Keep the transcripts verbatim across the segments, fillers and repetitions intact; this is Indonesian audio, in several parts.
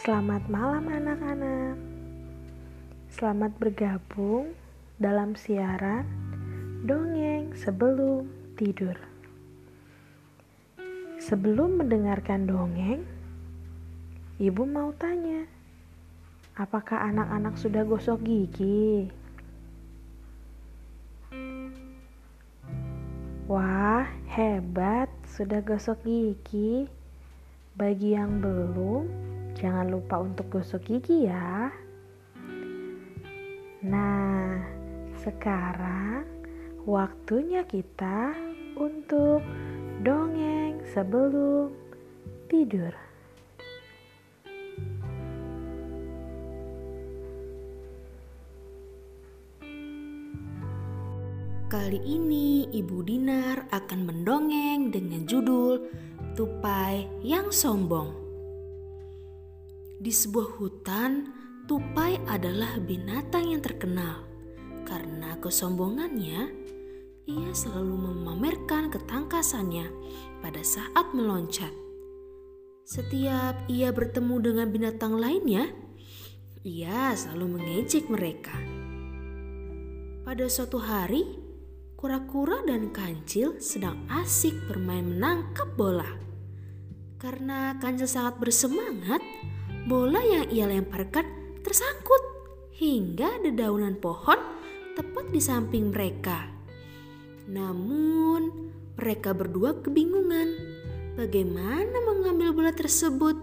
Selamat malam anak-anak. Selamat bergabung dalam siaran Dongeng Sebelum Tidur. Sebelum mendengarkan dongeng, Ibu mau tanya, apakah anak-anak sudah gosok gigi? Wah, hebat, sudah gosok gigi. Bagi yang belum, jangan lupa untuk gosok gigi ya. Nah, sekarang waktunya kita untuk dongeng sebelum tidur. Kali ini Ibu Dinar akan mendongeng dengan judul Tupai yang Sombong. Di sebuah hutan, tupai adalah binatang yang terkenal. Karena kesombongannya, ia selalu memamerkan ketangkasannya pada saat meloncat. Setiap ia bertemu dengan binatang lainnya, ia selalu mengejek mereka. Pada suatu hari, kura-kura dan kancil sedang asik bermain menangkap bola. Karena kancil sangat bersemangat, bola yang ia lemparkan tersangkut hingga dedaunan pohon tepat di samping mereka. Namun, mereka berdua kebingungan bagaimana mengambil bola tersebut.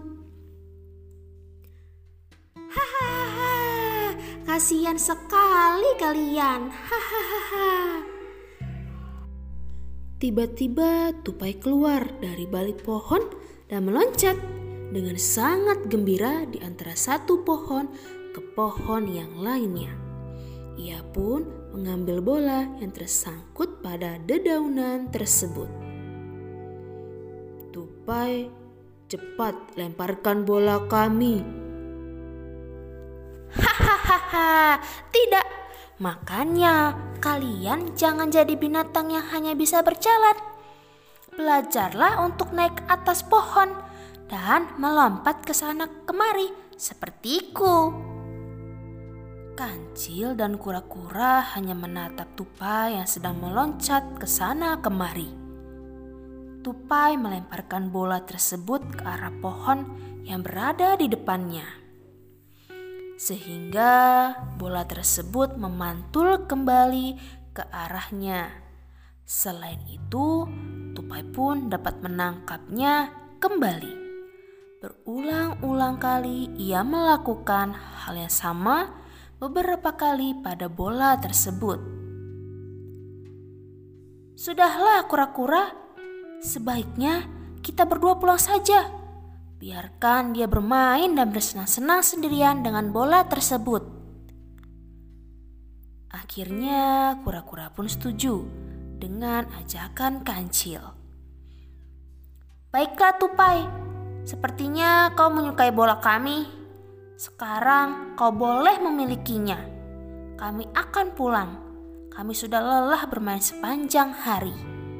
Hahaha, kasihan sekali kalian. Hahaha. Tiba-tiba tupai keluar dari balik pohon dan meloncat dengan sangat gembira di antara satu pohon ke pohon yang lainnya. Ia pun mengambil bola yang tersangkut pada dedaunan tersebut. Tupai, cepat lemparkan bola kami. Hahaha, tidak. Makanya kalian jangan jadi binatang yang hanya bisa berjalan. Belajarlah untuk naik ke atas pohon dan melompat ke sana kemari sepertiku. Kancil dan kura-kura hanya menatap tupai yang sedang meloncat ke sana kemari. Tupai melemparkan bola tersebut ke arah pohon yang berada di depannya, sehingga bola tersebut memantul kembali ke arahnya. Selain itu, tupai pun dapat menangkapnya kembali. Berulang-ulang kali ia melakukan hal yang sama beberapa kali pada bola tersebut. Sudahlah kura-kura, sebaiknya kita berdua pulang saja. Biarkan dia bermain dan bersenang-senang sendirian dengan bola tersebut. Akhirnya kura-kura pun setuju dengan ajakan kancil. Baiklah tupai, sepertinya kau menyukai bola kami. Sekarang kau boleh memilikinya. Kami akan pulang. Kami sudah lelah bermain sepanjang hari.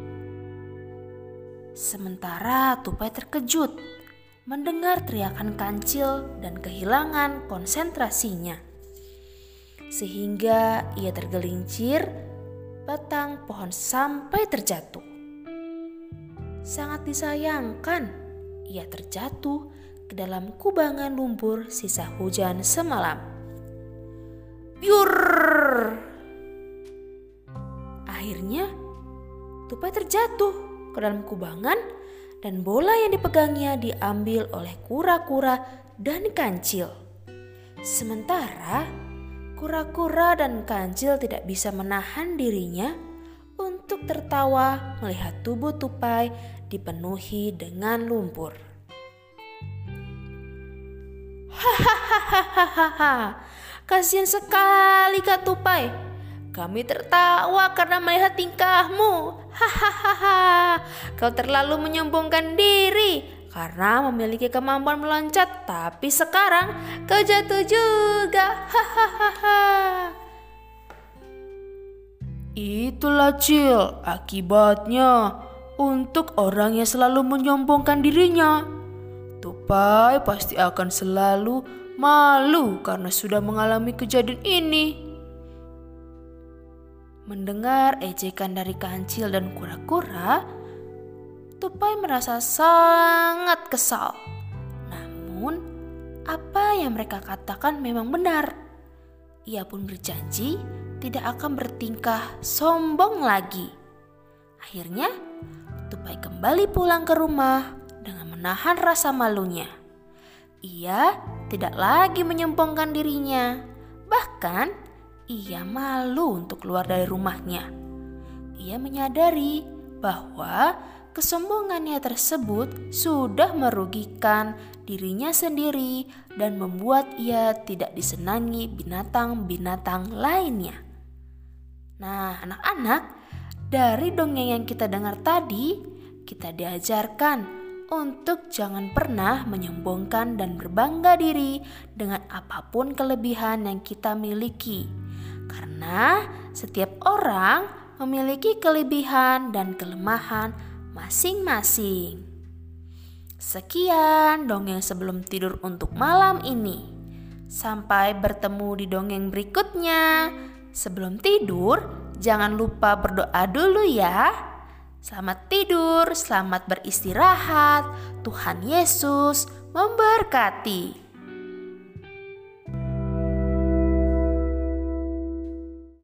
Sementara tupai terkejut mendengar teriakan kancil dan kehilangan konsentrasinya, sehingga ia tergelincir batang pohon sampai terjatuh. Sangat disayangkan, ia terjatuh ke dalam kubangan lumpur sisa hujan semalam. Biur! Akhirnya, tupai terjatuh ke dalam kubangan dan bola yang dipegangnya diambil oleh kura-kura dan kancil. Sementara kura-kura dan kancil tidak bisa menahan dirinya untuk tertawa melihat tubuh tupai dipenuhi dengan lumpur. Hahaha, kasihan sekali Kak Tupai. Kami tertawa karena melihat tingkahmu. Hahaha, kau terlalu menyombongkan diri karena memiliki kemampuan meloncat, tapi sekarang kau jatuh juga. Hahaha. Itulah Cil, akibatnya untuk orang yang selalu menyombongkan dirinya. Tupai pasti akan selalu malu karena sudah mengalami kejadian ini. Mendengar ejekan dari kancil dan kura-kura, Tupai merasa sangat kesal. Namun, apa yang mereka katakan memang benar. Ia pun berjanji tidak akan bertingkah sombong lagi. Akhirnya, Tupai kembali pulang ke rumah dengan menahan rasa malunya. Ia tidak lagi menyombongkan dirinya. Bahkan, ia malu untuk keluar dari rumahnya. Ia menyadari bahwa kesombongannya tersebut sudah merugikan dirinya sendiri dan membuat ia tidak disenangi binatang-binatang lainnya. Nah, anak-anak, dari dongeng yang kita dengar tadi, kita diajarkan untuk jangan pernah menyombongkan dan berbangga diri dengan apapun kelebihan yang kita miliki. Karena setiap orang memiliki kelebihan dan kelemahan masing-masing. Sekian dongeng sebelum tidur untuk malam ini. Sampai bertemu di dongeng berikutnya. Sebelum tidur, jangan lupa berdoa dulu ya. Selamat tidur, selamat beristirahat. Tuhan Yesus memberkati.